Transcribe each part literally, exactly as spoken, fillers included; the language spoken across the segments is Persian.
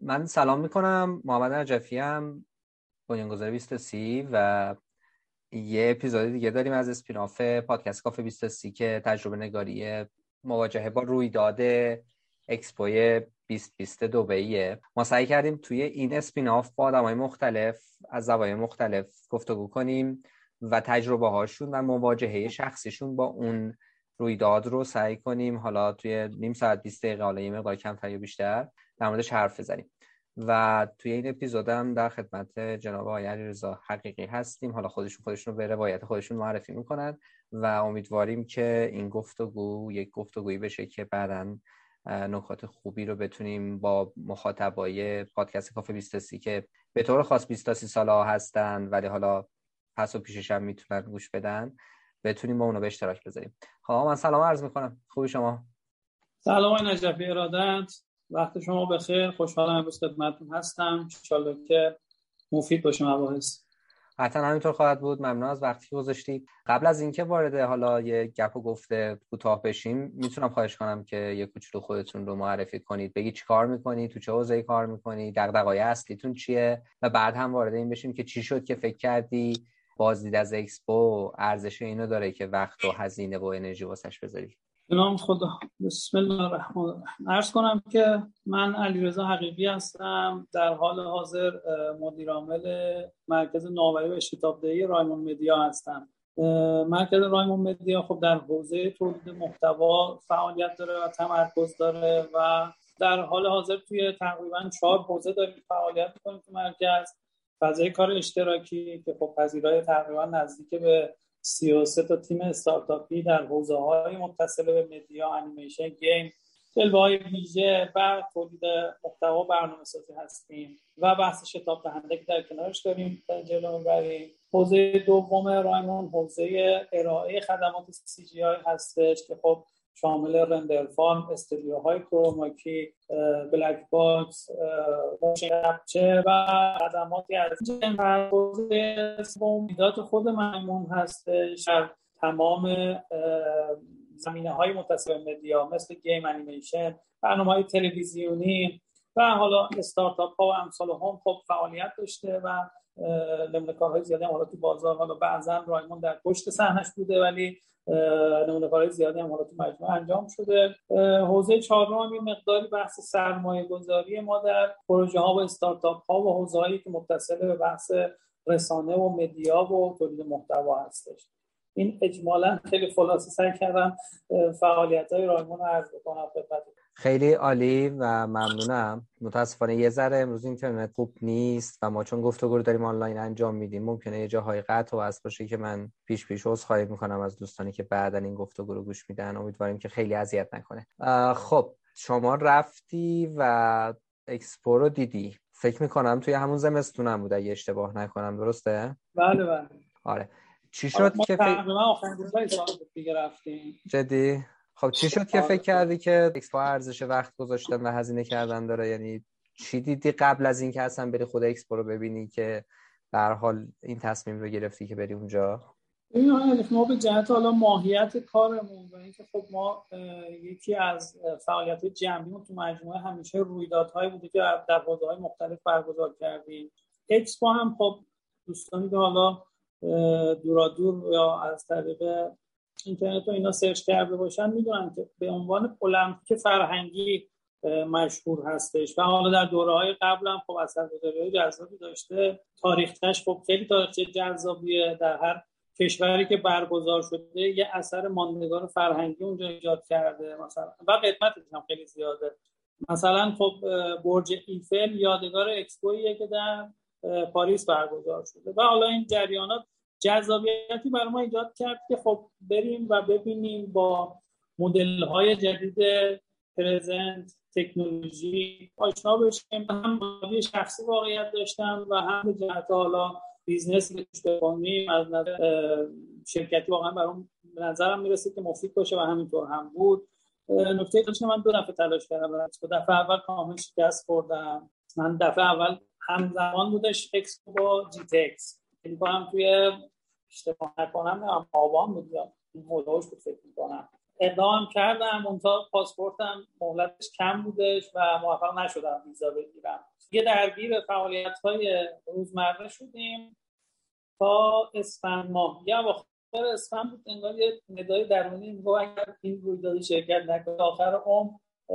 من سلام میکنم، محمد نجفی ام، بنیانگذار بیست تا سی و یه اپیزود دیگه داریم از اسپیناف پادکست کافه بیست تا سی که تجربه نگاری مواجهه با رویداد اکسپو بیست بیست دبیه. ما سعی کردیم توی این اسپیناف با آدمای مختلف از زوایای مختلف گفتگو کنیم و تجربه هاشون و مواجهه شخصیشون با اون رویداد رو سعی کنیم حالا توی نیم ساعت بیست دقیقه، حالا یه مقدار کمتر یا بیشتر، در موردش حرف بزنیم. و توی این اپیزودم در خدمت جناب آقای علیرضا حقیقی هستیم. حالا خودشون خودشون رو به روایت خودشون معرفی میکنن و امیدواریم که این گفتگو یک گفتگویی بشه که بعداً نکات خوبی رو بتونیم با مخاطبای پادکست کافه بیست تا سی که به طور خاص بیست تا سی ساله ها هستن ولی حالا پس و پیشش هم میتونن گوش بدن، بتونیم با اونا به اشتراک بذاریم. خب من سلام عرض میکنم. خوبی شما؟ سلام آقای نجفی، ارادت، وقت شما بخیر. خوشحالم امروز خدمتتون هستم. ان شاءالله که مفید باشه مباحث. حتما همینطور خواهد بود. ممنون از وقتی که گذاشتید. قبل از اینکه وارد حالا یه گپ و گفته کوتاه بشیم، میتونم خواهش کنم که یه کوچولو خودتون رو معرفی کنید، بگید چی کار میکنید، تو چه حوزه‌ای کار میکنید، دغدغه‌های اصلیتون چیه و بعد هم وارد این بشیم که چی شد که فکر کردی بازدید از اکسپو ارزش اینو داره که وقت و هزینه و انرژی واسش بذاری. به نام خدا. بسم الله الرحمن الرحیم. عرض کنم که من علیرضا حقیقی هستم، در حال حاضر مدیر عامل مرکز نوآوری و شتابدهی رایموند مدیا هستم. مرکز رایموند مدیا خب در حوزه تولید محتوا فعالیت داره و تمرکز داره و در حال حاضر توی تقریبا چهار حوزه داریم فعالیت می‌کنیم تو مرکز. فضای کار اشتراکی که خب پذیرای تقریبا نزدیک به سی و سه تا تیم استارتاپی در حوزه‌های متصل به مدیا، انیمیشن، گیم، جلوه‌های ویژه و تولید محتوا برنامه‌سازی هستیم و بحث شتاب دهنده که در کنارش داریم جلو می‌بریم. حوزه دوم رایموند حوزه ارائه خدمات سی جی آی هستش که خب شامل رندر فارم، استودیوهای کروماکی، بلک باکس، موشن کپچر و خدماتی از حوزه سوم خود مایمون هستش. تمام زمینه‌های متصل به مدیا مثل گیم، انیمیشن، برنامه‌های تلویزیونی و حالا استارتاپ‌ها و امثال هم خب فعالیت داشته و نمونه کارهای زیادی هم حالا تو بازار، حالا بعضا رایموند در پشت صحنه‌اش بوده ولی نمونه کارهای زیادی هم حالا تو مجموعه انجام شده. حوزه چهارم هم یه مقداری بحث سرمایه گذاری ما در پروژه ها و استارتاپ ها و حوزه هایی که متصل به بحث رسانه و مدیا و تولید محتوا هستش. این اجمالاً خیلی خلاصه سعی کردم فعالیت‌های رایموند رو عرض بکنم خدمتتون. خیلی عالی و ممنونم. متاسفانه یه ذره امروز اینترنت خوب نیست و ما چون گفتگو رو داریم آنلاین انجام میدیم ممکنه یه جاهای قطع و وصل باشه که من پیش پیش عذرخواهی میکنم از دوستانی که بعداً این گفتگو رو گوش میدن. امیدواریم که خیلی اذیت نکنه. خب شما رفتی و اکسپو رو دیدی، فکر میکنم توی همون زمستونم بود اگه اشتباه نکنم، درسته؟ بله بله. آره. چی شد ما که تقریبا آخرین روزهای سال دیگه رفتیم؟ جدی؟ خب چی شد که فکر کردی که اکسپو ارزش وقت گذاشتن و هزینه کردن داره؟ یعنی چی دیدی قبل از این که اصلا بری خود اکسپو رو ببینی که به هر حال این تصمیم رو گرفتی که بری اونجا؟ این ما به جهت حالا ماهیت کارمون و اینکه خب ما یکی از فعالیت جمعیمون تو مجموعه همیشه رویدادهایی بوده که در حوزه‌های مختلف برگزار کردیم. اکسپو هم خب دوستانی که حالا دورادور یا از طریق اینترنت و اینا سرچ کرده باشن میدونن که به عنوان المپیک فرهنگی مشهور هستش و حالا در دوره‌های قبل هم خب اثرگذاری‌های جذابی داشته. تاریخش خب خیلی تاریخچه جذابیه، در هر کشوری که برگزار شده یه اثر ماندگار فرهنگی اونجا ایجاد کرده مثلا و قدمتش هم خیلی زیاده. مثلا خب برج ایفل یادگار اکسپویه که در پاریس برگزار شده و حالا این جریانات جذابیتی برای ما ایجاد کرد که خب بریم و ببینیم، با مدل‌های جدید پرزنت تکنولوژی آشنا بشیم. هم به شخصی واقعیت داشتم و هم به جهت حالا بیزنسی که توش بکنیم از نظر شرکتی واقعا برام به نظرم میرسید که مفید باشه و همینطور هم بود. نکته داشتم من دو دفعه تلاش کردم برای اکسپو. دفعه اول کامل شکست خوردم. من دفعه اول همزمان بودش اکسپو با جی تکس، فکر کنم توی اشتباه نکنم آبان بود یا مولوش بود فکر می‌کنم اقدام کردم، منتها پاسپورتم مهلتش کم بودش و موفق نشدم ویزا بگیرم. یه درگیر فعالیت‌های روزمره شدیم تا اسفند ماه. یا واخر اسفند بود، انگار یه ندای درونی میگه اگر این رویداد شرکت نکنه آخر عمر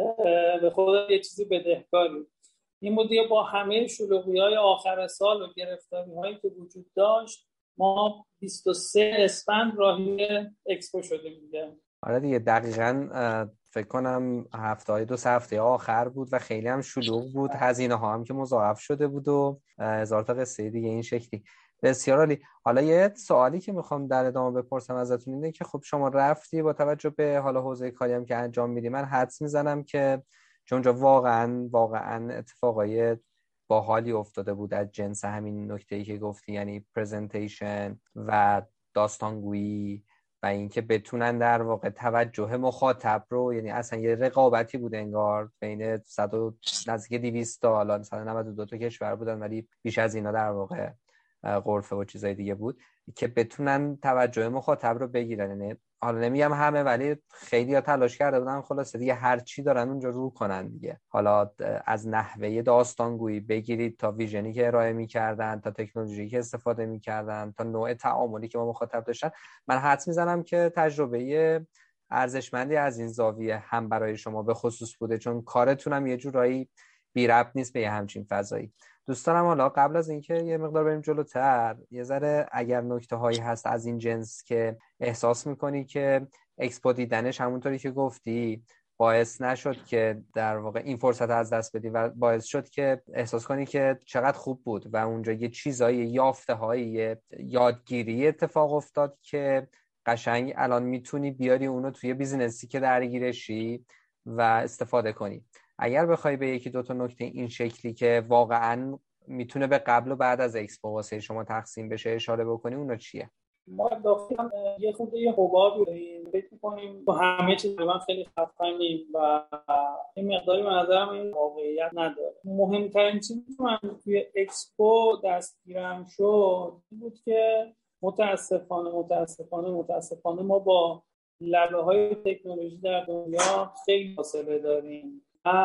به خود یه چیزی بدهکاری. این بود دیگه با همه شلوغی‌های آخر سال و گرفتاری‌هایی که وجود داشت ما بیست و سه اسفند راهی اکسپو شدیم دیگه. آره دیگه دقیقاً فکر کنم هفته های دو سه هفته آخر بود و خیلی هم شلوغ بود، هزینه ها هم که مضاعف شده بود و هزار تا قصه دیگه این شکلی. بسیار عالی. حالا یه سوالی که میخوام در ادامه بپرسم ازتون اینه که خب شما رفتی با توجه به حالا حوزه کاری هم که انجام میدی، من حدس میزنم که چون اونجا واقعاً واقعاً اتفاقای باحالی افتاده بود از جنس همین نکته‌ای که گفتی، یعنی پرزنتیشن و داستانگویی و اینکه بتونن در واقع توجه مخاطب رو، یعنی اصلا یه رقابتی بود انگار بین صد و نزدیک دویست تا حالا صد و نود و دو تا کشور بودن ولی بیش از اینا در واقع غرفه و چیزای دیگه بود که بتونن توجه مخاطب رو بگیرن. یعنی حالا نمیگم همه ولی خیلی ها تلاش کرده بودن خلاصه دیگه هر چی دارن اونجا رو کنن دیگه، حالا از نحوه داستانگویی بگیرید تا ویژنی که ارائه می‌کردن تا تکنولوژی که استفاده می‌کردن تا نوع تعاملی که با مخاطب داشتن. من حدس میزنم که تجربه ارزشمندی از این زاویه هم برای شما به خصوص بوده، چون کارتون هم یه جورایی بی ربط نیست به همچین فضایی. دوستانم حالا قبل از اینکه یه مقدار بریم جلوتر، یه ذره اگر نکته هایی هست از این جنس که احساس میکنی که اکسپو دیدنش همونطوری که گفتی باعث نشد که در واقع این فرصت از دست بدی و باعث شد که احساس کنی که چقدر خوب بود و اونجا یه چیزایی، یافته هایی، یادگیری اتفاق افتاد که قشنگ الان میتونی بیاری اونو توی بیزینسی که درگیرشی و استفاده کنی. اگر بخوای به یکی دو تا نکته این شکلی که واقعاً میتونه به قبل و بعد از اکسپو واسه شما تقسیم بشه اشاره بکنی، اونا چیه؟ ما داخل یه خود یه حبابی داریم، فکر می‌کنیم با همه چیز من خیلی خفنیم و این مقداری به نظرم این واقعیت نداره. مهمترین چیزی که من توی اکسپو دستگیرم شد این بود که متاسفانه متاسفانه متاسفانه ما با لبه‌های تکنولوژی در دنیا خیلی فاصله داریم.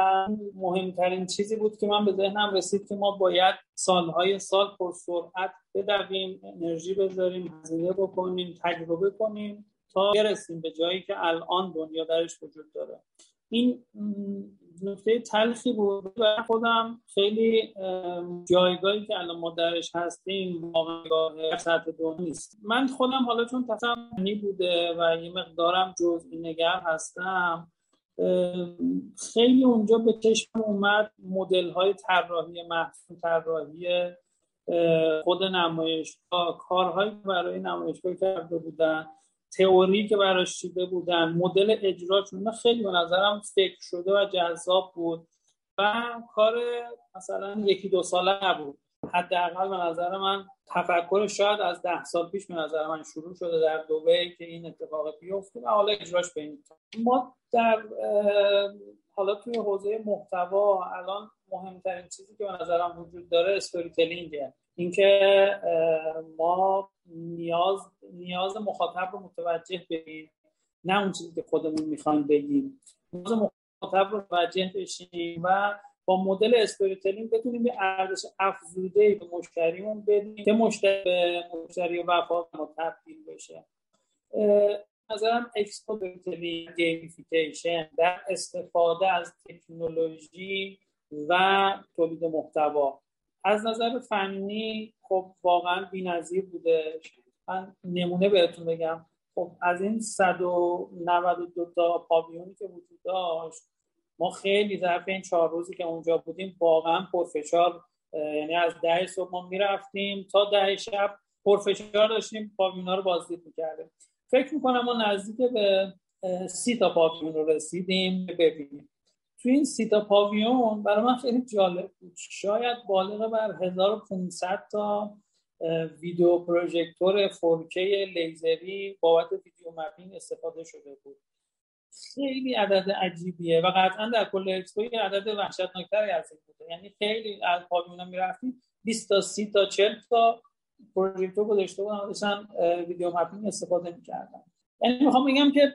مهمترین چیزی بود که من به ذهنم رسید که ما باید سالهای سال پر سرعت بدویم، انرژی بذاریم، هزینه بکنیم، تجربه کنیم تا برسیم به جایی که الان دنیا درش وجود داره. این نکته تلخی بود برای خودم. خیلی جایگاهی که الان ما درش هستیم واقعا سطح دنیا نیست. من خودم حالا چون تصمیمی بوده و یه مقدارم جزئی نگر هستم، خیلی اونجا به چشم اومد مدل‌های طراحی محصول، طراحی خود نمایشگاه، کارهایی که برای نمایشگاه کرده بودن، تئوری که براش چیده بودن، مدل اجراشون خیلی به نظرم فکر شده و جذاب بود و کار مثلا یکی دو ساله نبود. حداقل به نظر من تفکر شاید از ده سال پیش به نظر من شروع شده در دبی که این اتفاق بیفته و حالا اجراش به این. ما در حالا توی حوزه محتوا الان مهمترین چیزی که به نظرم وجود داره استوری تلینگه. اینکه ما نیاز نیاز مخاطب رو متوجه بشیم، نه اون چیزی که خودمون میخوایم بگیم. نیاز مخاطب رو متوجه بشیم و با مدل استوری تلینگ بتونیم یه ارزش افزوده به مشتریمون بدیم که مشتری به مشتری وفا ما تبدیل بشه. نظرم اکسپو تلینگ، گیمفیکیشن در استفاده از تکنولوژی و تولید محتوا از نظر فنی خب واقعا بی‌نظیر بوده. من نمونه بهتون بگم، خب از این صد و نود و دو تا پاویونی که وجود داشت ما خیلی ظرف این چهار روزی که اونجا بودیم واقعا پرفشار، یعنی از ده صبح ما میرفتیم تا ده شب پرفشار داشتیم پاویونا رو بازدید میکردیم. فکر میکنم ما نزدیک به سی تا پاویون رو رسیدیم ببینیم. تو این سی تا پاویون برای من خیلی جالب بود، شاید بالغ بر هزار و پانصد تا ویدیو پروژکتور فور کی لیزری بابت ویدیو مپینگ استفاده شده بود. خیلی عدد عجیبیه و قطعا در کل اکسپو یه عدد وحشتناکتری از این بوده. یعنی خیلی از پاویونا میرفتیم بیست تا سی تا چهل تا پروژکتور گذاشته بودن داشتن ویدیو مپینگ استفاده میکردن. یعنی میخوام بگم که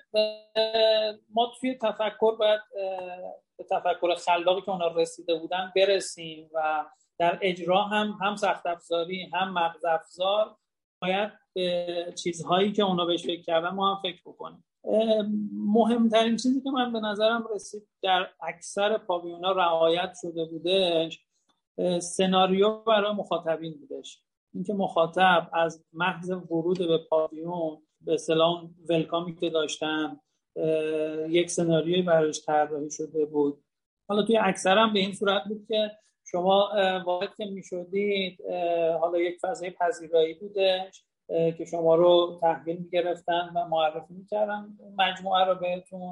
ما توی تفکر باید به تفکر خلاقی که اونا رسیده بودن برسیم و در اجرا هم هم سخت افزاری هم مغز افزار باید به چیزهایی که اونا بهش فکر کردن ما هم فکر بکنیم. مهمترین چیزی که من به نظرم رسید در اکثر پاویونا رعایت شده بودش سناریو برای مخاطبین بودش. اینکه مخاطب از محض ورود به پاویون به اصطلاح ولکامی که داشتن یک سناریوی براش طراحی شده بود. حالا توی اکثر هم به این صورت بود که شما وارد که میشدید حالا یک فضای پذیرایی بودش که شما رو تحویل میگرفتن و معرفی میکردن مجموعه رو بهتون.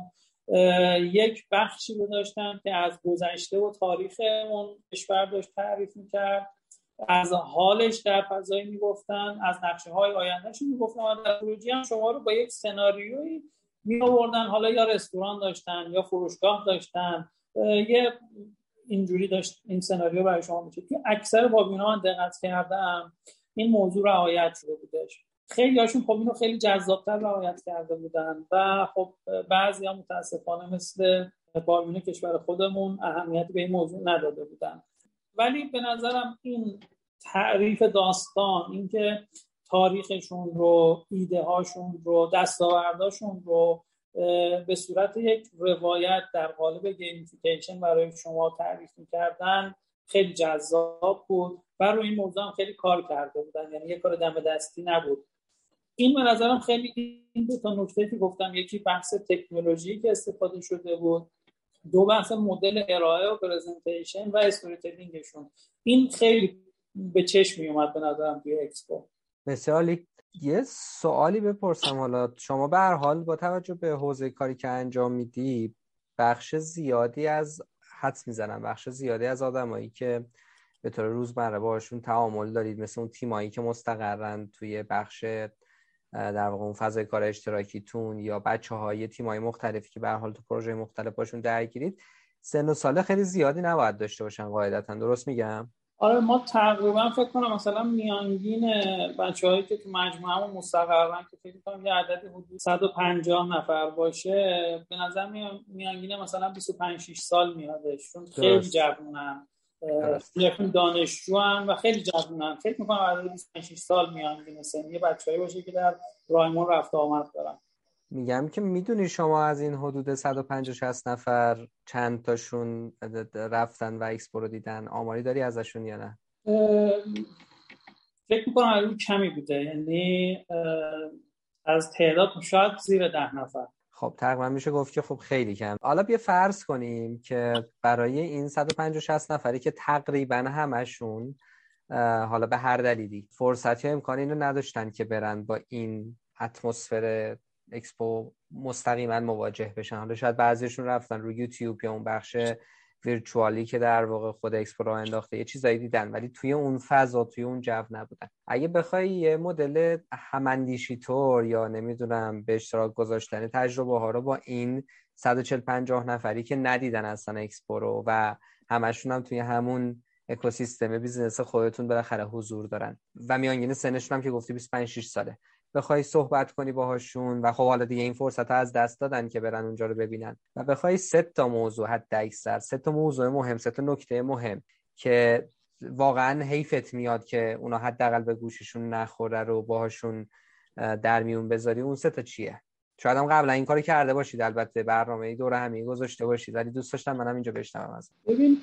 یک بخشی رو داشتن که از گذشته و تاریخ اون کشور داشت تعریف میکرد، از حالش در فضایی میگفتن، از نقشه های آیندهش میگفتن و در خروجی هم شما رو با یک سناریویی می آوردن. حالا یا رستوران داشتن یا فروشگاه داشتن، یه اینجوری داشت این سناریو برای شما میشه. که اکثر پاویون‌ها دقت کردم این موضوع رعایت شده بودش. خیلی هاشون خب اینو خیلی جذاب‌تر رعایت کرده بودن و خب بعضی هم متاسفانه مثل پاویون کشور خودمون اهمیت به این موضوع نداده بودن. ولی به نظرم این تعریف داستان، اینکه تاریخشون رو، ایده هاشون رو، دستاورداشون رو به صورت یک روایت در قالب گیمفیکیشن برای شما تعریف می‌کردن خیلی جذاب بود و روی این موضوع هم خیلی کار کرده بودن. یعنی یک کار دم دستی نبود. این به نظرم خیلی این دو تا نکته که گفتم، یکی بحث تکنولوژی که استفاده شده بود، دو بحث مدل ارائه و پرزنتیشن و استوری تلینگشون، این خیلی به چشم می اومد به نظرم توی اکسپو. بسیار. یه سوالی بپرسم، حالا شما به هر حال با توجه به حوزه کاری که انجام میدی بخش زیادی از حدس میزنم بخش زیادی از آدمایی که به طور روزمره باشون تعامل دارید، مثل اون تیمایی که مستقرن توی بخش در واقع اون فضای کار اشتراکیتون یا بچه‌های تیمای مختلفی که به هر حال تو پروژه مختلف باشون درگیرید، سن و سال خیلی زیادی نباید داشته باشن قاعدتاً، درست میگم؟ آره، ما تقریبا فکر کنم مثلا میانگین بچه‌هایی که تو مجموعه‌مون مستقرن که فکر کنم یه عددی حدود صد و پنجاه نفر باشه، به نظر میانگین مثلا بیست و پنج شش سال میادش، چون خیلی جوونن، خیلی دانشجوان و خیلی جوونن. فکر می‌کنم عدد بیست و پنج شش سال میانگین سنی بچه‌ای باشه که در رایمون رفت آمد دارن. میگم که میدونی شما از این حدود صد و پنجاه شصت نفر چند تاشون رفتن و اکسپو رو دیدن؟ آماری داری ازشون یا نه؟ فکر میکنم عدد کمی بوده، یعنی از تعداد شاید زیر ده نفر. خب تقریبا میشه گفت که خب خیلی کم. حالا بیا فرض کنیم که برای این صد و پنجاه شصت نفری که تقریبا همشون حالا به هر دلیلی فرصت یا امکان اینو نداشتن که برن با این اتمسفر اکسپو مستقیما مواجه بشن، حالا شاید بعضیشون رفتن رو یوتیوب یا اون بخش ویرچوالی که در واقع خود اکسپو راه انداخته یه چیزایی دیدن، ولی توی اون فضا توی اون جو نبودن. اگه بخوای یه مدل هماندیشی طور یا نمیدونم به اشتراک گذاشتن تجربه ها رو با این صد و چهل پنجاه نفری که ندیدن اصلا اکسپو رو و همشون هم توی همون اکوسیستم بیزینس خودتون بالاخره حضور دارن و میانگین سنشون هم که گفتی بیست و پنج شش ساله، بخوای صحبت کنی باهاشون و خب حالا دیگه این فرصت ها از دست دادن که برن اونجا رو ببینن و بخوای سه تا موضوع حد اکثر سه تا موضوع مهم، سه تا نکته مهم که واقعا حیفت میاد که اونا حداقل به گوششون نخوره رو باهاشون در میون بذاری، اون سه تا چیه؟ شاید هم قبلا این کارو کرده باشید، البته برنامه‌ای دوره همی گذاشته باشید، ولی دوست داشتم منم اینجا بشنوم ازت. ببین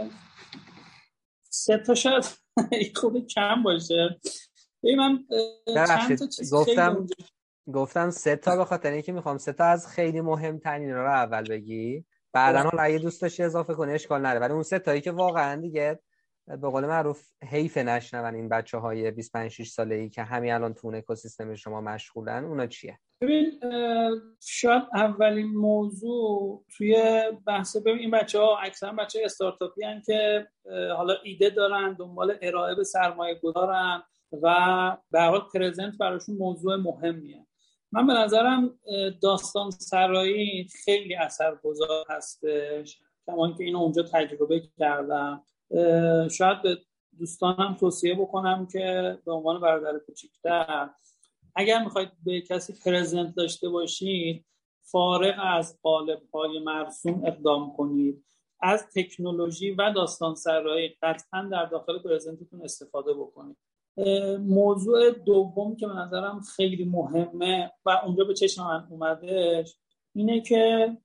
سه تا شاید خود کم باشه. ببین من چند تا چیز گفتم گفتم سه تا به خاطر اینکه میخوام سه تا از خیلی مهم‌ترین رو اول بگی، بعدن حالا اگه دوست داشتی اضافه کنی اشکال نداره، ولی اون سه تایی که واقعا دیگه به قول معروف حیف نشنون این بچه‌های بیست و پنج شش ساله‌ای که همین الان تو اکوسیستم شما مشغولن، اونا چیه؟ ببین شاید اولین موضوع توی بحث، ببین این بچه‌ها اکثرا بچه‌های استارتاپی ان که حالا ایده دارن، دنبال ارائه به سرمایه‌گذارن و به هر حال پرزنت براشون موضوع مهمیه. من به نظرم داستان سرایی خیلی اثرگذار هستش، کما اینکه اینو اونجا تجربه کردم. شاید به دوستانم توصیه بکنم که به عنوان برادر کوچیک‌تر اگر میخواید به کسی پرزنت داشته باشید، فارغ از قالب‌های مرسوم اقدام کنید، از تکنولوژی و داستان سرایی قطعا در داخل پرزنتتون استفاده بکنید. موضوع دوم که به نظرم خیلی مهمه و اونجا به چشم من اومدهش اینه که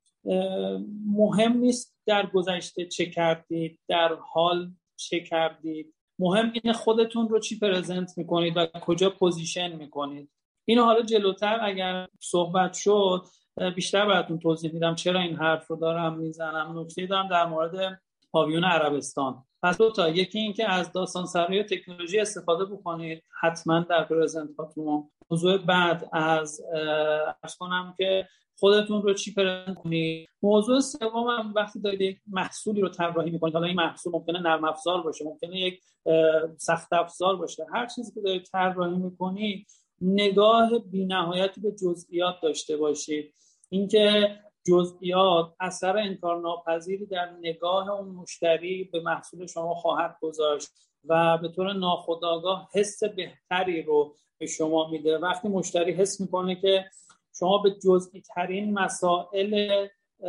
مهم نیست در گذشته چه کردید، در حال چه کردید، مهم اینه خودتون رو چی پرزنت میکنید و کجا پوزیشن میکنید. اینو حالا جلوتر اگر صحبت شد بیشتر براتون توضیح میدم چرا این حرف رو دارم میزنم. نکته دارم در مورد پاویون عربستان. پس دو تا، یکی این که از داستان سرایی و تکنولوژی استفاده بکنید حتما در پرزنتاتون. موضوع بعد از عرض کنم که خودتون رو چی پرزنت کنید. موضوع سوم هم وقتی دارید یک محصولی رو طراحی میکنید، حالا این محصول ممکنه نرم افزار باشه، ممکنه یک سخت افزار باشه، هر چیزی که دارید طراحی میکنید نگاه بی‌نهایتی به جزئیات داشته باشید. اینکه جزئیات اثر انکارناپذیری در نگاه اون مشتری به محصول شما خواهد گذاشت و به طور ناخودآگاه حس بهتری رو به شما میده. وقتی مشتری حس میکنه که شما به جزئی ترین مسائل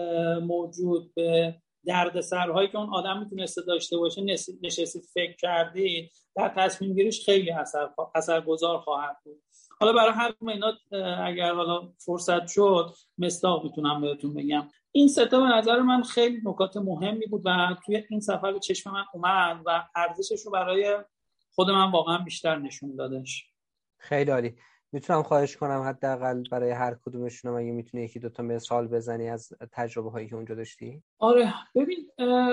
موجود، به دردسرهایی که اون آدم میتونسته داشته باشه نشستید فکر کردید، در تصمیم گیریش خیلی اثر اثرگذار خواهد بود. حالا برای هر کدوم اینا اگر حالا فرصت شد مصداق میتونم بهتون بگم. این سه تا به نظر من خیلی نکات مهمی بود و توی این سفر به چشم من اومد و ارزشش رو برای خود من واقعا بیشتر نشون دادش. خیلی عالی. میتونم خواهش کنم حداقل برای هر کدومشون اگه میتونی یکی دو تا مثال بزنی از تجربه هایی که اونجا داشتی؟ آره ببین،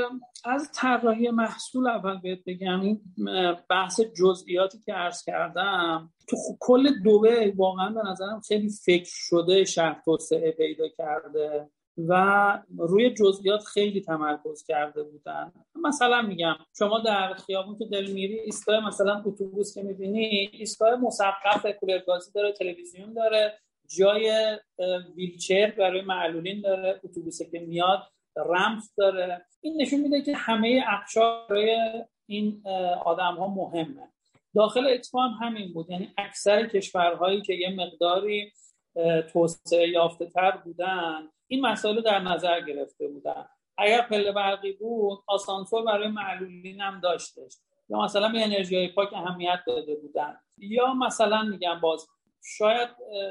از طراحی محصول اول بهت بگم، این بحث جزئیاتی که عرض کردم تو کل دبی واقعا به نظرم خیلی فکر شده، شهر توسعه پیدا کرده و روی جزئیات خیلی تمرکز کرده بودن. مثلا میگم شما در خیابون که داری میری، ایستگاه مثلا اتوبوس که میبینی ایستگاه مسقف، کولر گازی داره، تلویزیون داره، جای ویلچر برای معلولین داره، اتوبوسی که میاد رمپ داره. این نشون میده که همه اقشار برای این آدم ها مهمه. داخل اکسپو هم همین بود، یعنی اکثر کشورهایی که یه مقداری توسعه یافته تر بودن این مسائل در نظر گرفته بودن. اگر پله برقی بود آسانسور برای معلولین هم داشتش، یا مثلا به انرژی پاک اهمیت داده بودن، یا مثلا میگم باز شاید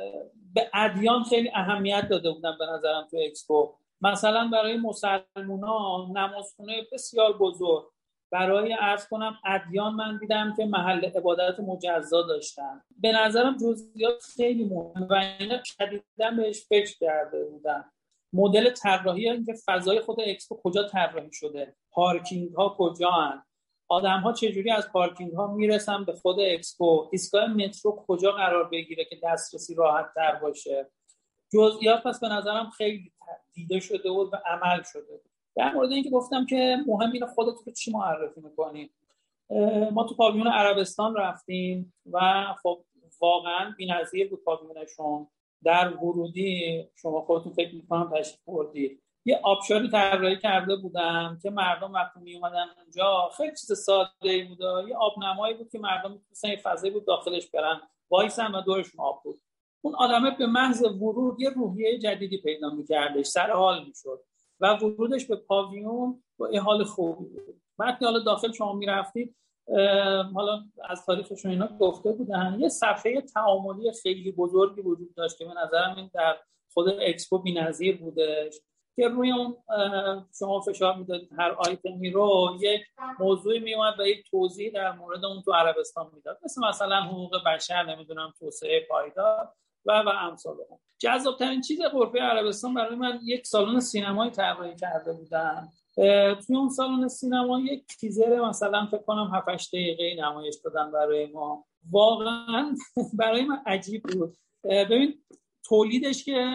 به ادیان خیلی اهمیت داده بودن به نظرم تو اکسپو. مثلا برای مسلمانان نمازخونه بسیار بزرگ، برای عرض کنم ادیان من دیدم که محل عبادت مجزا داشتن. به نظرم جزئیات خیلی مهمه و اینا شدیداً بهش فکر کرده بودن. مدل طراحی، اینکه فضای خود اکسپو کجا طراحی شده، پارکینگ ها کجاست، آدم ها چجوری از پارکینگ ها میرسن به خود اکسپو، ایستگاه مترو کجا قرار بگیره که دسترسی راحت تر باشه. جزئیات پس به نظرم خیلی دیده شده بود و عمل شده بود. در مورد اینکه گفتم که مهم اینه خودت رو چی معرفی میکنی، ما تو پاویون عربستان رفتیم و خب واقعا بی‌نظیر بود پاویونشون. در ورودی شما خودتون فکر میکنم تشریف بردید، یه آبشاری طراحی کرده بودن که مردم وقتی می اومدن اونجا خیلی چیز ساده‌ای بود، یه آبنمایی بود که مردم میتونستن یه فضایی بود داخلش برن وایسن و دورشون آب بود. اون آدمه به محض ورود یه روحیه جدیدی پیدا می‌کردش، سر حال می‌شد و ورودش به پاویون با یه حال خوبی بود. بعد که حالا داخل شما می‌رفتید، حالا از تاریخشون اینا گفته بودن، یه صفحه تعاملی خیلی بزرگی وجود داشت که به نظرم این در خود اکسپو بی‌نظیر بودش که روی اون شما فشار میدادید هر آیتمی رو یک موضوعی میومد و یک توضیح در مورد اون تو عربستان میداد، مثل مثلا حقوق بشر، نمیدونم توسعه پایدار و و امثال اون. جذاب‌ترین چیز غرفه عربستان برای من یک سالن سینمایی طراحی کرده بودن. توی اون سالن سینما یک تیزر مثلا فکر کنم هفت هشت دقیقه‌ای نمایش دادن برای ما. واقعا برای من عجیب بود. ببین تولیدش که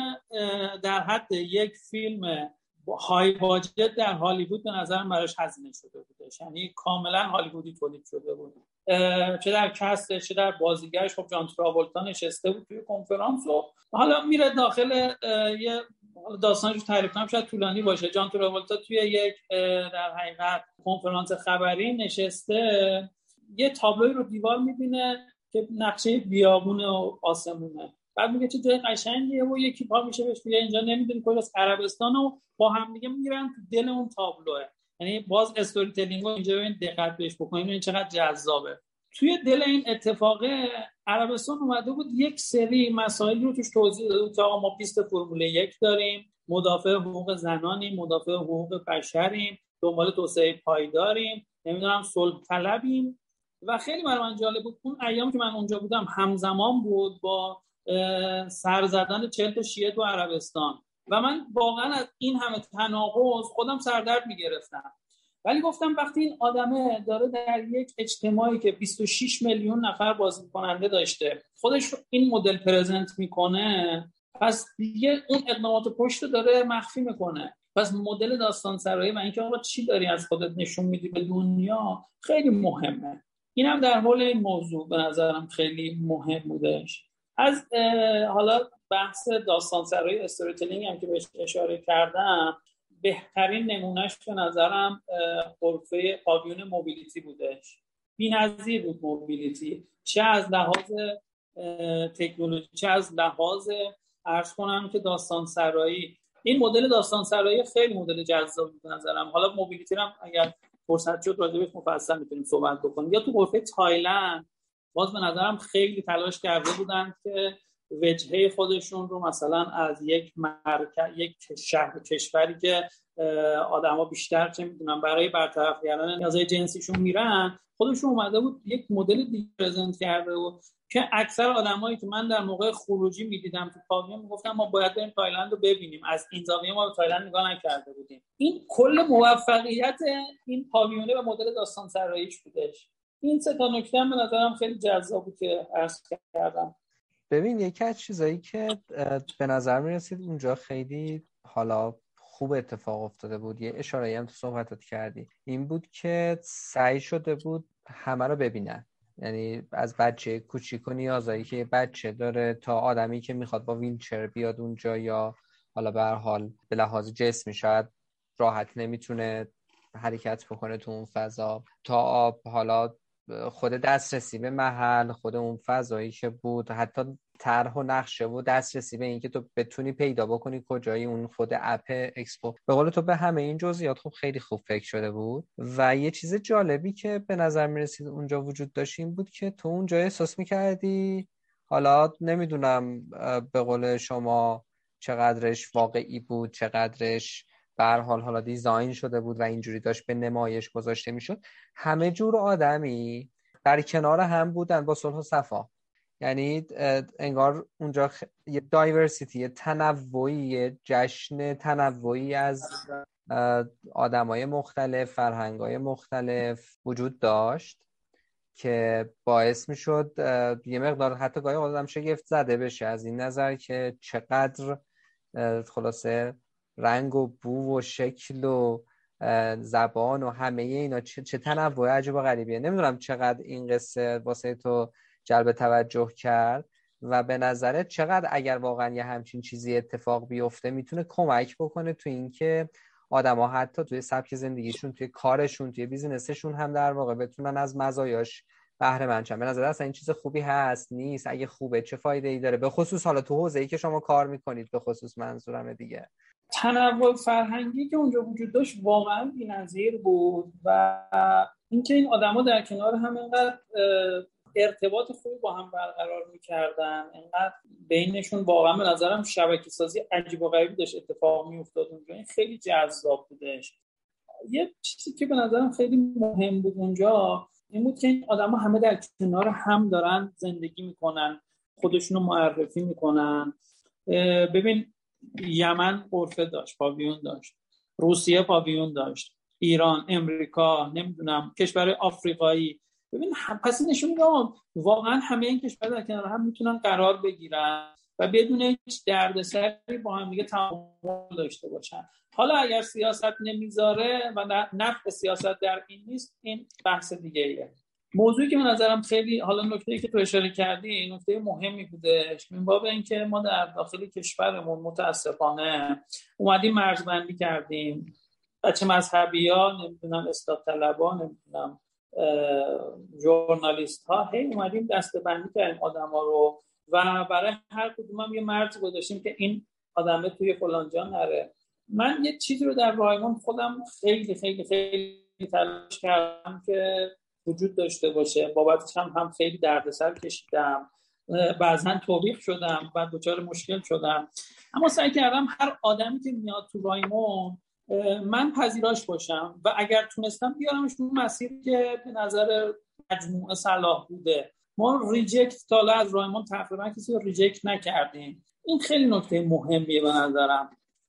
در حد یک فیلم های باجت در هالیوود به نظرم براش هزینه شده بودش، یعنی کاملا هالیوودی تولید شده بود، چه در کستش چه در بازیگرش. خب جان تراولتا نشسته بود توی کنفرانس و حالا میره داخل یه داستانش تعریف کنم شاید طولانی باشه. جان تراولتا توی یک در حقیقت کنفرانس خبری نشسته، یه تابلوی رو دیوار میبینه که نقشه بیابون و آسمونه. بعد میگه چه جای قشنگیه و یکی پا میشه بهش میگه اینجا نمیدونی کجاست، عربستان، و با هم دیگه میگیرن تو دل اون تابلوه. یعنی باز استوری تلینگ رو اینجا ببین دقت بهش بکنید این چقدر جذابه. توی دل این اتفاق عربستان اومده بود یک سری مسائل رو توش توضیح داده بود که آقا ما پیست فرمول یک داریم، مدافع حقوق زنانیم، مدافع حقوق بشریم، دنبال توسعه پایداریم، نمیدونم صلح طلبیم. و خیلی برای من جالب بود اون ایام که من اونجا بودم همزمان بود با سر زدن چهل تا شیعه تو عربستان و من واقعا از این همه تناقض خودم سردرد میگرفتم. ولی گفتم وقتی این آدمه داره در یک اجتماعی که بیست و شش میلیون نفر بازدید کننده داشته خودش رو این مدل پرزنت میکنه، پس دیگه اون اقدامات پشت رو داره مخفی میکنه. پس مدل داستان سرایی و اینکه آقا چی داری از خودت نشون میدی به دنیا خیلی مهمه. اینم در حول این موضوع به نظرم خیلی مهم بودش. از حالا بحث داستان سرایی استوری تلینگ هم که بهش اشاره کردم، بهترین نمونهش به نظرم غرفه پاویون موبیلیتی بودش. بی‌نظیر بود موبیلیتی، چه از لحاظ تکنولوژی چه از لحاظ عرض کنم که داستان سرایی. این مدل داستان سرایی خیلی مدل جذابی به نظرم. حالا موبیلیتی هم اگر فرصت شد راجعش مفصل میتونیم صحبت بکنیم. یا تو غرفه تایلند باز به نظرم خیلی تلاش کرده بودن که وجهه خودشون رو مثلا از یک مرکز یک شهر کشوری که آدما بیشتر چه میدونم برای برطرف کردن نیازهای جنسیشون میرن، خودشون اومده بود یک مدل دیگه پرزنت کرده بود که اکثر آدمایی که من در موقع خروجی میدیدم تو پاویون میگفتن ما باید بریم تایلند رو ببینیم، از این زاویه ما به تایلند نگاه نکرده بودیم. این کل موفقیت این پاویونه و مدل داستان سراییش بودش. این سه تا نکته به نظرم خیلی جذاب بود که عرض کردم. ببین یکی از چیزایی که به نظر می رسید اونجا خیلی حالا خوب اتفاق افتاده بود، یه اشاره‌ای هم تو صحبتات کردی، این بود که سعی شده بود همه رو ببینن. یعنی از بچه کوچیک و نیازایی که بچه داره تا آدمی که میخواد با ویلچر بیاد اونجا یا حالا به هر حال به لحاظ جسمی شاید راحت نمیتونه حرکت بکنه تو اون فضا، تا آب حالا خود دسترسی به محل، خود اون فضایی که بود، حتی طرح و نقشه و دسترسی به این که تو بتونی پیدا بکنی کجایی اون خود اپ اکسپو. به قول تو به همه این جزئیات خب خیلی خوب فکر شده بود. و یه چیز جالبی که به نظر میرسید اونجا وجود داشت این بود که تو اونجا احساس میکردی، حالا نمیدونم به قول شما چقدرش واقعی بود چقدرش به هر حال حالا دیزاین شده بود و اینجوری داشت به نمایش گذاشته میشد، همه جور آدمی در کنار هم بودن با صلح و صفا. یعنی انگار اونجا خ... یه دایورسیتی، یه تنوعی، یه جشن تنوعی از آدمای مختلف، فرهنگای مختلف وجود داشت که باعث میشد یه مقدار حتی گاهی آدم شگفت زده بشه از این نظر که چقدر خلاصه رنگ و بو و شکل و زبان و همه اینا چه, چه تنوع عجیب و غریبیه. نمیدونم چقدر این قصه واسه تو جلب توجه کرد و به نظرت چقدر اگر واقعا یه همچین چیزی اتفاق بیفته میتونه کمک بکنه تو این که آدم ها حتی توی سبک زندگیشون، توی کارشون، توی بیزینسشون هم در واقع بتونن از مزایاش بهره مند شن. به نظر اصلا این چیز خوبی هست نیست؟ اگه خوبه چه فایده ای داره؟ به خصوص حالا تو حوزه‌ای که شما کار میکنید، به خصوص منظورم دیگه. تنوع فرهنگی که اونجا وجود داشت واقعا بی‌نظیر بود و اینکه این آدما در کنار هم اینقدر ارتباط خوبی با هم برقرار می‌کردن، اینقدر بینشون واقعا به نظرم شبکه سازی عجیب و غریبی داشت اتفاق می‌افتاد اونجا. این خیلی جذاب بودش. یه چیزی که به نظرم خیلی مهم بود اونجا این بود که این آدما همه در کنار هم دارن زندگی می‌کنن، خودشونو معرفی می‌کنن. ببین یمن غرفه داشت، پاویون داشت، روسیه پاویون داشت، ایران، امریکا، نمیدونم کشور آفریقایی. ببین پس نشون میده واقعا همه این کشورها در کنار هم میتونن قرار بگیرن و بدون هیچ دردسری با هم دیگه تعامل داشته باشن. حالا اگر سیاست نمیذاره و نفع سیاست در این نیست، این بحث دیگه ایه. موضوعی که به نظرم خیلی حالا نکته‌ای که تو اشاره کردی نکته مهمی بودش من باب اینکه ما در داخل کشورمون متاسفانه اومدیم مرزبندی کردیم، بچه مذهبی‌ها، نمیدونم اصلاح طلبا، نمیدونم ژورنالیست ها هی اومدیم دسته‌بندی کردیم آدما رو و برای هر کدوم هم یه مرز گذاشتیم که این آدمه توی فلان جا نره. من یه چیزی رو در رایموند خودم خیلی خیلی خیلی تلاش کردم که وجود داشته باشه، بابتش هم هم خیلی دردسر کشیدم، بعضا توبیخ شدم، بعد دچار مشکل شدم، اما سعی کردم هر آدمی که میاد تو رایموند من پذیراش باشم و اگر تونستم بیارمش اون مسیری که به نظر مجموعه صلاح بوده. ما ریجکت تا الان از رایموند تقریبا کسی رو ریجکت نکردیم. این خیلی نکته مهمیه به نظرم.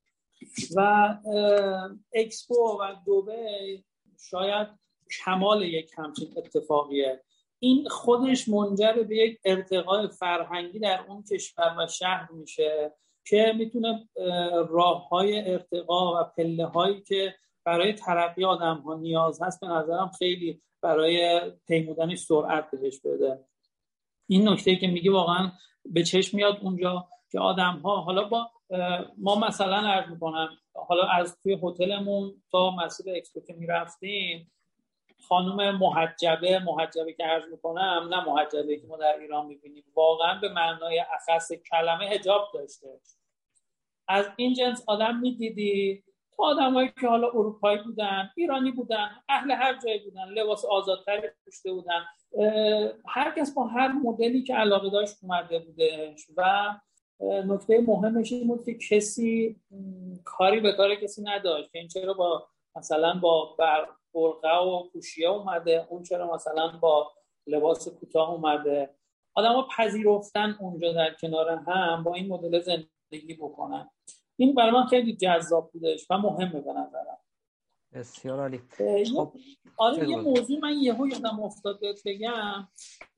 و اکسپو و دبی شاید کمال یک همچین اتفاقیه. این خودش منجر به یک ارتقاء فرهنگی در اون کشور و شهر میشه که میتونه راه‌های ارتقاء و پله‌هایی که برای ترقی آدم‌ها نیاز هست به نظرم خیلی برای پیمودنش سرعت بهش بده. این نکته که میگی واقعا به چشم میاد اونجا که آدم‌ها حالا با ما مثلا عرض می‌کنم حالا از توی هتلمون تا مسیر اکسپو که میرفتیم خانم محجبه محجبه که عرض میکنم نه محجبه که ما در ایران میبینیم، واقعا به معنای اخص کلمه حجاب داشته. از این جنس آدم میدیدی تا آدمایی که حالا اروپایی بودن، ایرانی بودن، اهل هر جایی بودن، لباس آزادتری پوشیده بودن، هر کس با هر مدلی که علاقه داشت اومده بودش. و نکته مهمش این بود که کسی کاری به کار کسی نداشت که این چرا با مثلا با برقه و پوشیه اومده، اون چرا مثلا با لباس کوتاه اومده. آدم‌ها پذیرفتن اونجا در کنار هم با این مدل زندگی بکنن. این برای من خیلی جذاب بودش و مهمه به نظرم. بسیار عالی. خب آره یه موضوع من یهو یادم افتاد بهت بگم،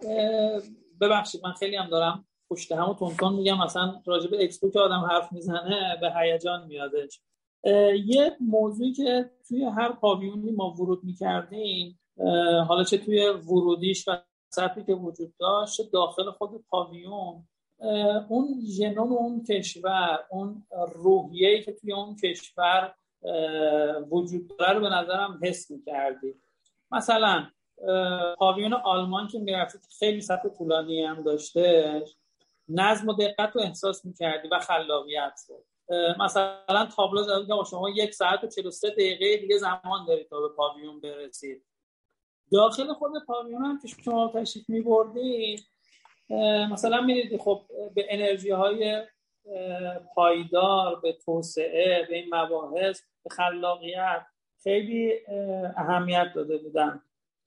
ببخشید من خیلی هم دارم پشت همو تونتون میگم، مثلا راجع به اکسپو که آدم حرف میزنه به هیجان میادش. یه موضوعی که توی هر پاویونی ما ورود میکردیم، حالا چه توی ورودیش و سطحی که وجود داشت داخل خود پاویون، اون ژنوم اون کشور، اون روحیه‌ای که توی اون کشور وجود داره رو به نظرم حس میکردی. مثلا پاویون آلمان که میرفتی خیلی سطح طولانی هم داشته، نظم و دقت رو احساس میکردی و خلاقیت رو. مثلا تابلو زده که شما یک ساعت و چهل و سه دقیقه دیگه زمان دارید تا به پاویون برسید. داخل خود پاویون هم که شما تشریف میبردید مثلا میدیدی خب به انرژی های پایدار، به توسعه، به این مباحث، به خلاقیت خیلی اهمیت داده بودن.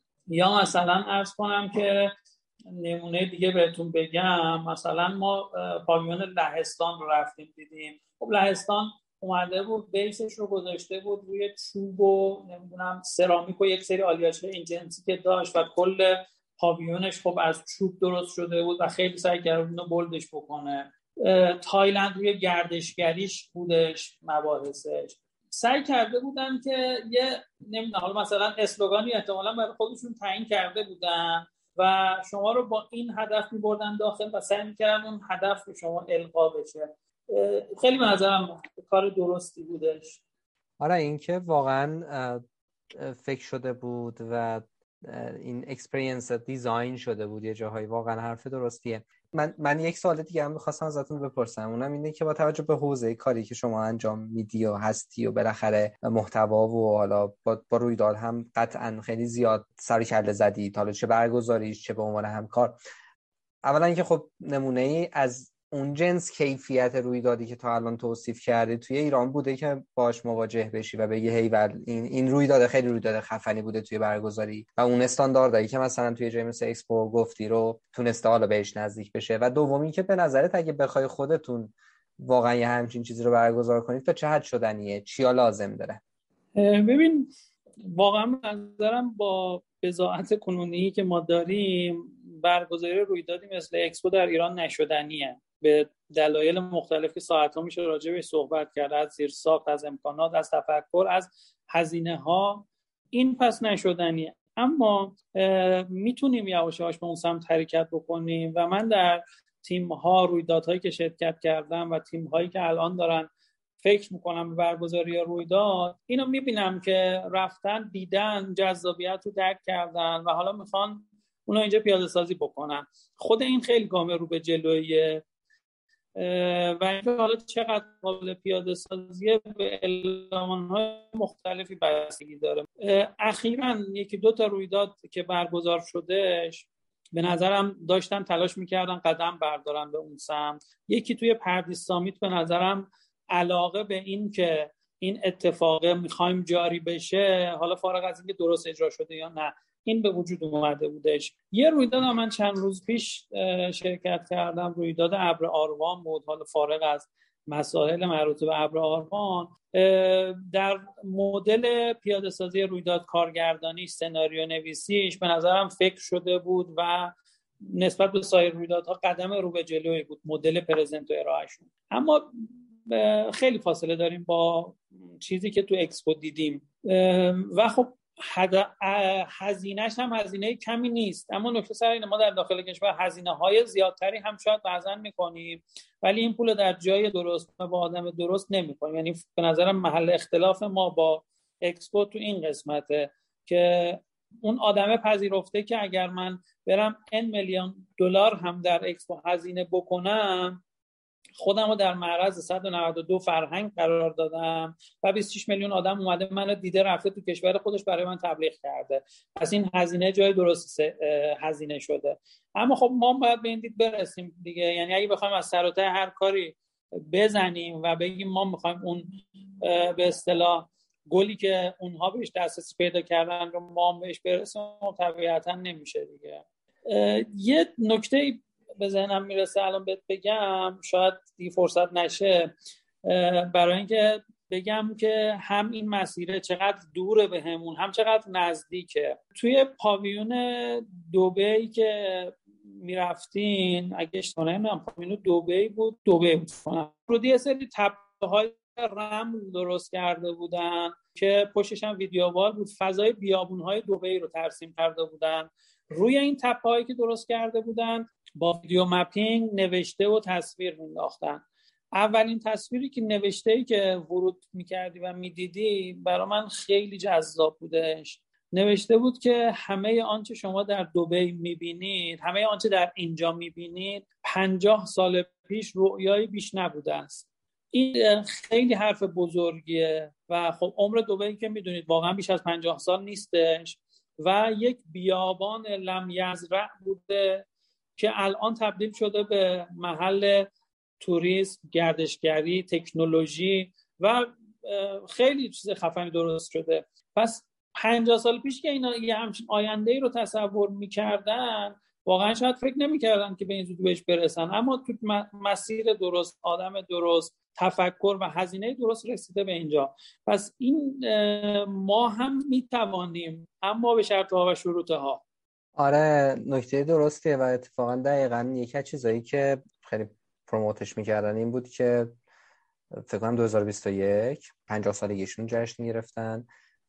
یا مثلا عرض کنم که نمونه دیگه بهتون بگم، مثلا ما پاویون لهستان رو رفتیم دیدیم. خب لهستان اومده بود بیسش رو گذاشته بود روی چوب و نمیدونم سرامیک و یک سری آلیاژ این جنسی که داشت و کل پاویونش خب از چوب درست شده بود و خیلی سعی کرد اونو بولدش بکنه. تایلند روی گردشگریش بودش مباحثش. سعی کرده بودن که یه نمیدونم حالا مثلا اسلوگانی احتمالاً برای خودشون تعیین کرده بودن و شما رو با این هدف می‌بردن داخل و سعی می‌کردن اون هدف رو شما القا بشه. خیلی به نظرم کار درستی بودش. آره این که واقعا فکر شده بود و این اکسپریانس دیزاین شده بود یه جاهایی، واقعا حرف درستیه. من من یک سوال دیگه هم می‌خواستم ازتون بپرسم، اونم اینه که با توجه به حوزه کاری که شما انجام میدی و هستی و بالاخره محتوا و حالا با, با رویداد هم قطعا خیلی زیاد سر کله زدی، حالا چه برگزاریش چه به عنوان همکار. اولا اینکه خب نمونه ای از اون جنس کیفیت رویدادی که تا الان توصیف کردی توی ایران بوده که باش مواجه بشی و بگی هی ول این این رویداد خیلی رویداد خفنی بوده توی برگزاری و اون استانداردایی که مثلا توی جای مثل اکسپو گفتی رو تونسته حالا بهش نزدیک بشه؟ و دومی که به نظرت اگه بخوای خودتون واقعا یه همچین چیزی رو برگزار کنید تا چه حد شدنیه، چیا لازم داره؟ ببین واقعا به نظرم با بضاعت کنونی که ما داریم برگزاری رویدادی مثل اکسپو در ایران نشدنیه، به دلایل مختلف که ساعت‌ها میشه راجع بهش صحبت کرد، از زیرساخت، از امکانات، از تفکر، از هزینه‌ها. این پس نشدنیه، اما میتونیم یواش یواش به اون سمت حرکت بکنیم و من در تیم‌ها رویدادهایی که شرکت کردم و تیم‌هایی که الان دارن فکر میکنم به برگزاری رویداد، اینو میبینم که رفتن دیدن جذابیت رو درک کردن و حالا میخوان اونو اینجا پیاده سازی بکنن. خود این خیلی گام رو به جلویه و اینکه حالا چقدر قابل پیاده سازی به المان‌های مختلفی بستگی داره. اخیراً یکی دو تا رویداد که برگزار شدهش به نظرم داشتن تلاش میکردن قدم بردارن به اون سمت. یکی توی پردیس سامیت به نظرم علاقه به این که این اتفاق میخوایم جاری بشه، حالا فارغ از اینکه درست اجرا شده یا نه، این به وجود اومده بودش. یه رویداد من چند روز پیش شرکت کردم، رویداد ابر آروان بود. حالا فارغ از مسائل مربوط به ابر آروان، در مدل پیاده سازی رویداد، کارگردانی، سناریو نویسیش به نظرم فکر شده بود و نسبت به سایر رویدادها قدم رو به جلوی بود مدل پرزنت و ارائهشون. اما خیلی فاصله داریم با چیزی که تو اکسپو دیدیم و خب هزینهش هم هزینه کمی نیست. اما نکته سر اینه ما در داخل کشور هزینه های زیادتری هم شاید بعضا میکنیم ولی این پول در جای درست و با آدم درست نمیکنیم. یعنی به نظرم محل اختلاف ما با اکسپو تو این قسمته که اون آدمه پذیرفته که اگر من برم ان میلیون دلار هم در اکسپو هزینه بکنم، خودم رو در معرض صد و نود و دو فرهنگ قرار دادم و بیست و شش میلیون آدم اومده منو دیده رفته تو کشور خودش برای من تبلیغ کرده. پس این هزینه جای درست هزینه شده. اما خب ما باید به این دید برسیم دیگه. یعنی اگه بخوایم از سر و ته هر کاری بزنیم و بگیم ما میخوایم اون به اصطلاح گلی که اونها بهش دسترسی پیدا کردن رو ما بهش برسیم، طبیعتا نمیشه دیگه. یه نکته به ذهنم میرسه الان بهت بگم، شاید دیگه فرصت نشه، برای اینکه بگم که هم این مسیره چقدر دوره به همون هم چقدر نزدیکه. توی پاویون دبی که میرفتین، اگه اشتباه نکنم پاویون دبی بود دبی بود رو یه سری تپه‌های رمل درست کرده بودن که پشتش هم ویدیو وال بود، فضای بیابون‌های دبی رو ترسیم کرده بودن. روی این تپه‌هایی که درست کرده بودن با ویدیو مپینگ نوشته و تصویر مینداختن. اولین تصویری که نوشته‌ای که ورود میکردی و میدیدی برای من خیلی جذاب بودش. نوشته بود که همه آنچه شما در دبی میبینید، همه آنچه در اینجا میبینید پنجاه سال پیش رؤیایی بیش نبوده است. این خیلی حرف بزرگیه و خب عمر دبی که میدونید واقعا بیش از پنجاه سال نیستش و یک بیابان لم یزرع بوده که الان تبدیل شده به محل توریسم، گردشگری، تکنولوژی و خیلی چیز خفنی درست شده. پس پنجاه سال پیش که اینا یه همچین آینده‌ای رو تصور می‌کردن، واقعا شاید فکر نمی‌کردن که به این زودی بهش برسن، اما تو مسیر درست، آدم درست، تفکر و هزینه درست رسیده به اینجا. پس این ما هم می‌توانیم، اما به شرط‌ها و شروطها. آره نکته درستیه و اتفاقا دقیقاً یکی از چیزایی که خیلی پروموتش می‌کردن این بود که فکر کنم دو هزار و بیست و یک پنجاه سالگیشون جشن گرفتن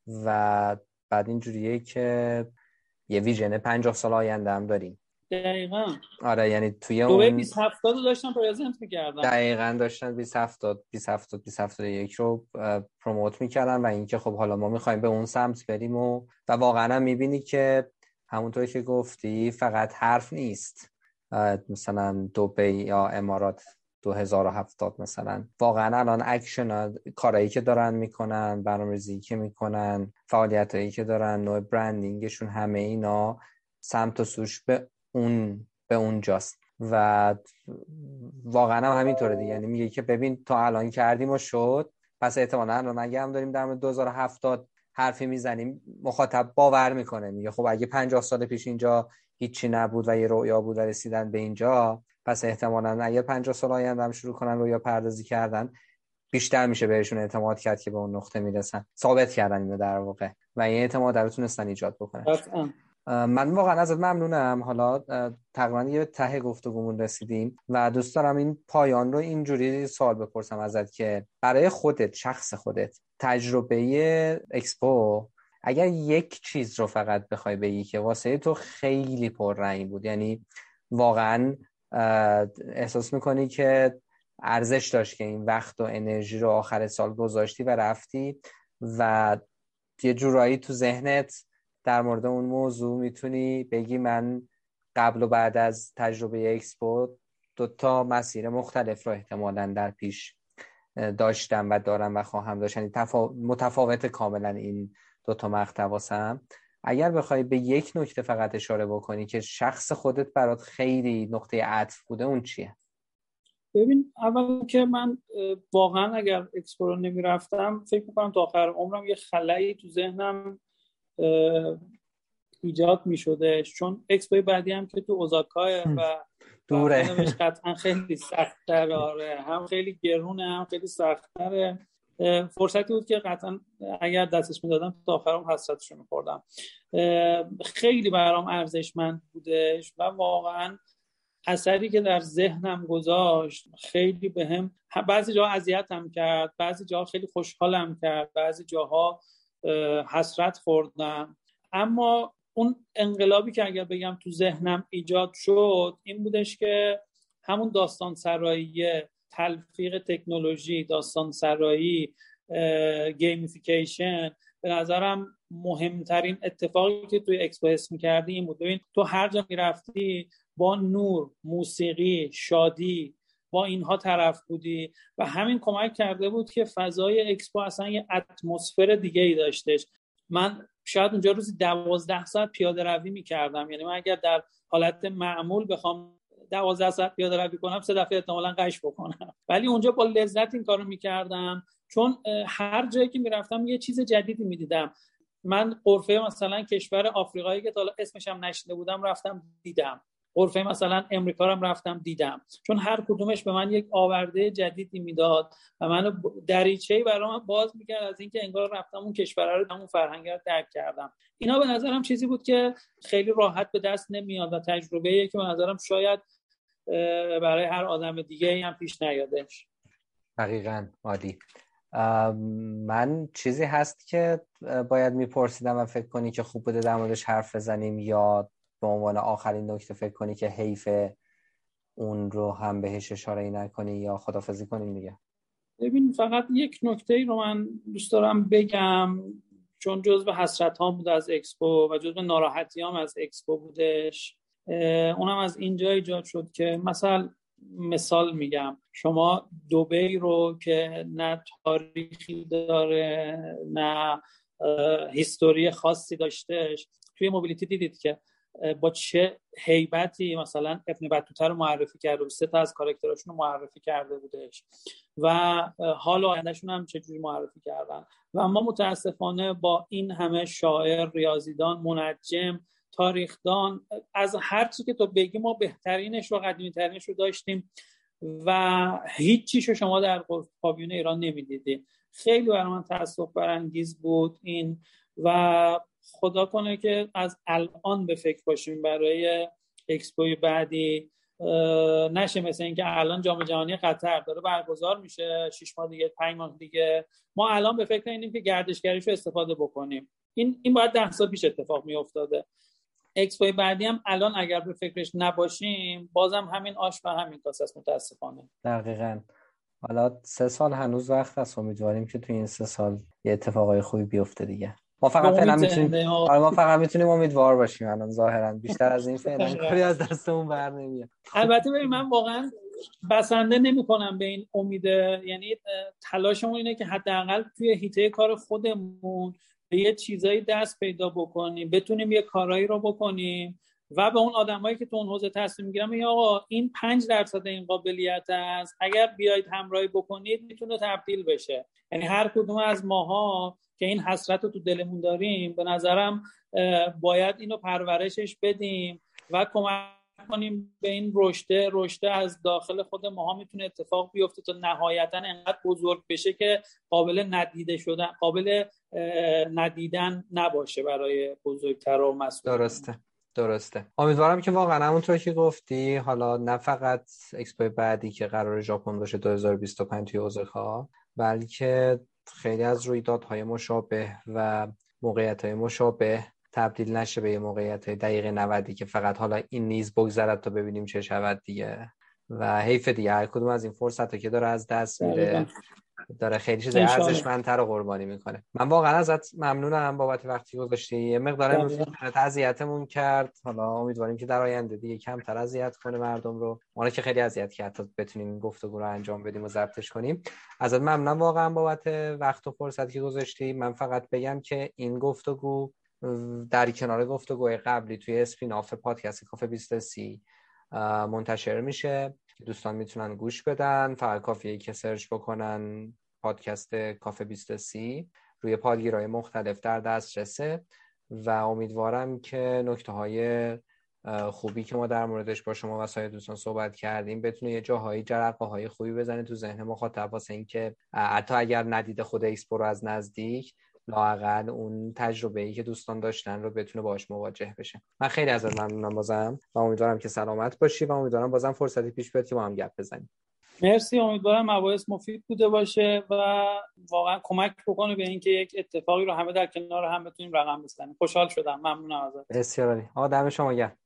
و بعد اینجوریه که یه ویژن پنجاه سال آینده هم داریم. دقیقاً. آره یعنی توی اون اون بیست هفتاد رو داشتن پرزنت می‌کردن. دقیقاً داشتن بیست هفتاد بیست هفتاد بیست هفتاد و یک رو پروموت می‌کردن و اینکه خب حالا ما می‌خوایم به اون سمت بریم و و واقعاً هم می‌بینی که همونطور که گفتی فقط حرف نیست. مثلا دبی یا امارات دو هزار و هفتاد مثلا واقعا الان اکشن کارهایی که دارن میکنن، برنامه‌ریزی که میکنن، فعالیتایی که دارن، نوع برندینگشون، همه اینا سمت و سوش به اون به اونجاست و واقعا هم همینطوره دیگه. یعنی میگه که ببین تا الان کردیم و شد، پس احتمالاً الان اگه هم داریم در مورد دو هزار و هفتاد حرفی میزنیم مخاطب باور میکنه، میگه خب اگه پنجاه سال پیش اینجا هیچی نبود و یه رویا بود و رسیدن به اینجا، پس احتمالاً اگه پنجاه سال آینده هم شروع کنن رویا پردازی کردن بیشتر میشه بهشون اعتماد کرد که به اون نقطه میرسن. ثابت کردن اینو در واقع و این اعتماد رو تونستن ایجاد بکنن. من واقعا ازت ممنونم. حالا تقریبا یه ته گفتگومون رسیدیم و دوست دارم این پایان رو اینجوری سوال بپرسم ازت که برای خودت، شخص خودت، تجربه اکسپو اگر یک چیز رو فقط بخوای بگی که واسه تو خیلی پررنگ بود، یعنی واقعا احساس میکنی که ارزش داشت که این وقت و انرژی رو آخر سال گذاشتی و رفتی و یه جورایی تو ذهنت در مورد اون موضوع میتونی بگی من قبل و بعد از تجربه اکسپو دو تا مسیر مختلف رو احتمالاً در پیش داشتم و دارم و خواهم داشت، یعنی تفا... متفاوت کاملا این دو تا مقطع واسم. اگر بخوای به یک نکته فقط اشاره بکنی که شخص خودت برات خیلی نقطه عطف بوده، اون چیه؟ ببین، اول که من واقعا اگر اکسپو رو نمیرفتم فکر میکنم تا آخر عمرم یه خلایی تو ذهنم ایجاد میشده، چون اکسپو بعدی هم که تو اوزاکاه و دوره بهش قطعا خیلی سخت‌تره. آره، هم خیلی گرونه هم خیلی سخت‌تره. فرصتی بود که قطعا اگر دستش میدادم تا آخرم حسرتشو می‌خوردم. خیلی برام ارزشمند بودش و واقعا اثری که در ذهنم گذاشت خیلی بهم بعضی جاها اذیتم کرد، بعضی جاها خیلی خوشحالم کرد، بعضی جاها حسرت خوردم. اما اون انقلابی که اگر بگم تو ذهنم ایجاد شد این بودش که همون داستان سرایی، تلفیق تکنولوژی، داستان سرایی، گیمیفیکیشن، به نظرم مهمترین اتفاقی که توی اکسپو حس می‌کردی این بود. ببین تو هر جا می‌رفتی با نور، موسیقی، شادی، با اینها طرف بودی و همین کمک کرده بود که فضای اکسپو اصلا یه اتمسفر دیگه ای داشتش. من شاید اونجا روزی دوازده ساعت پیاده روی می‌کردم، یعنی من اگر در حالت معمول بخوام دوازده ساعت پیاده روی کنم سه دفعه احتمالاً قش بکنم، ولی اونجا با لذت این کارو می‌کردم چون هر جایی که می‌رفتم یه چیز جدیدی می‌دیدم. من غرفه مثلا کشور آفریقایی که تا حالا اسمش هم نشنیده بودم رفتم دیدم، غرفه مثلا امریکا رو رفتم دیدم، چون هر کدومش به من یک آورده جدیدی میداد و منو دریچه‌ای برام باز می‌کرد از اینکه انگار رفتم اون کشور رو، اون فرهنگ رو درک کردم. اینا به نظرم چیزی بود که خیلی راحت به دست نمیاد و تجربه‌ایه که به نظرم شاید برای هر آدم دیگه‌ای هم پیش نیادش. دقیقاً. عالی. من چیزی هست که باید میپرسیدم و فکر کنی که خوب بوده در موردش حرف بزنیم، یا به عنوان آخرین نکته فکر کنی که حیفه اون رو هم بهش اشاره نکنی یا خدافظی کنیم دیگه؟ ببین فقط یک نکته ای رو من دوست دارم بگم، چون جزو حسرت ها بود از اکسپو و جزو ناراحتی هم از اکسپو بودش. اونم از اینجا ایجاد شد که مثلا مثال میگم، شما دبی رو که نه تاریخی داره نه هیستوری خاصی داشتهش، توی موبیلیتی دیدید که با چه هیبتی مثلا ابن بطوطه رو معرفی کرده و سه تا از کاراکتراشون رو معرفی کرده بودش و حال آیندهشون هم چجوری معرفی کردن. و اما متاسفانه با این همه شاعر، ریاضیدان، منجم، تاریخدان، از هر چی که تو بگی ما بهترینش و قدیمی ترینش رو داشتیم و هیچ چیشو شما در پاویون ایران نمیدیدی. خیلی برای من تأسف برانگیز بود این و خدا کنه که از الان به فکر باشیم برای اکسپوی بعدی، نشه مثل این که الان جام جهانی قطر داره برگزار میشه شش ماه دیگه، پنج ماه دیگه، ما الان به فکر اینیم که گردشگریشو استفاده بکنیم. این این باید ده سال پیش اتفاق میافتاده. اکسپوی بعدی هم الان اگر به فکرش نباشیم بازم همین آش و همین کاسه است متاسفانه. دقیقاً. حالا سه سال هنوز وقت هست، امیدواریم که تو این سه سال یه اتفاقای خوبی بیفته دیگه. ما فقط فعلا میتونیم آره ما فقط میتونیم امیدوار باشیم الان ظاهرا، بیشتر از این فعلا کاری از دستمون بر نمیاد. البته ببین من واقعا بسنده نمی‌کنم به این امید، یعنی تلاشمون اینه که حداقل توی حیطه کار خودمون به یه چیزایی دست پیدا بکنیم، بتونیم یه کارایی رو بکنیم و به اون آدمایی که تو اون حوزه تصمیم میگیرن میگم آقا این پنج درصد این قابلیت است، اگر بیاید همراهی بکنید میتونه تبدیل بشه. یعنی هر کدوم از ماها که این حسرت رو تو دلمون داریم به نظرم باید اینو پرورشش بدیم و کمک کنیم به این رشته رشته از داخل خود ماها میتونه اتفاق بیفته تا نهایتا انقدر بزرگ بشه که قابل ندیده شدن قابل ندیدن نباشه برای بزرگتر و مسئول. درسته درسته. امیدوارم که واقعا همونطور که گفتی، حالا نه فقط اکسپو بعدی که قرار ژاپن باشه دو هزار و بیست و پنج توی اوزاکا، بلکه خیلی از رویدادهای مشابه و موقعیت‌های مشابه تبدیل نشه به یه موقعیت دقیقه نود که فقط حالا این نیز بگذرد تا ببینیم چه شود دیگه. و حیف دیگه هر کدوم از این فرصت رو که داره از دست میده، داره خیلی چیزای ارزشمندتر رو قربانی میکنه. من واقعا ازت ممنونم بابت وقتی گذاشتی. یه مقدار امروز اذیتمون کرد، حالا امیدواریم که در آینده دیگه کمتر اذیت کنه مردم رو. ما که خیلی اذیت کرد تا بتونیم این گفتگو رو انجام بدیم و ضبطش کنیم. ازت ممنونم واقعا بابت وقت و فرصتی که گذاشتی. من فقط بگم که این گفتگو در کنار گفتگوهای قبلی توی اسپیناف پادکست کافه بیست و سی منتشر میشه، دوستان میتونن گوش بدن. فقط کافیه که سرچ بکنن پادکست کافه بیست و سی روی پادگیرهای مختلف در دسترسه و امیدوارم که نکته های خوبی که ما در موردش با شما و سایر دوستان صحبت کردیم بتونه یه جاهایی جرقه های خوبی بزنه تو ذهن مخاطب، واسه اینکه حتی اگر ندیده خود اکسپو رو از نزدیک، لااقل اون تجربه‌ای که دوستان داشتن رو بتونه باهاش مواجه بشه. من خیلی ازت ممنونم بازم و امیدوارم که سلامت باشی و امیدوارم بازم فرصتی پیش بیاد که با هم گپ بزنیم. مرسی، امیدوارم مباحث مفید بوده باشه و واقعا کمک بکنه به اینکه یک اتفاقی رو همه در کنار هم بتونیم رقم بزنیم. خوشحال شدم. ممنونم ازت. بسیار عالی. آقا دم شما گرم.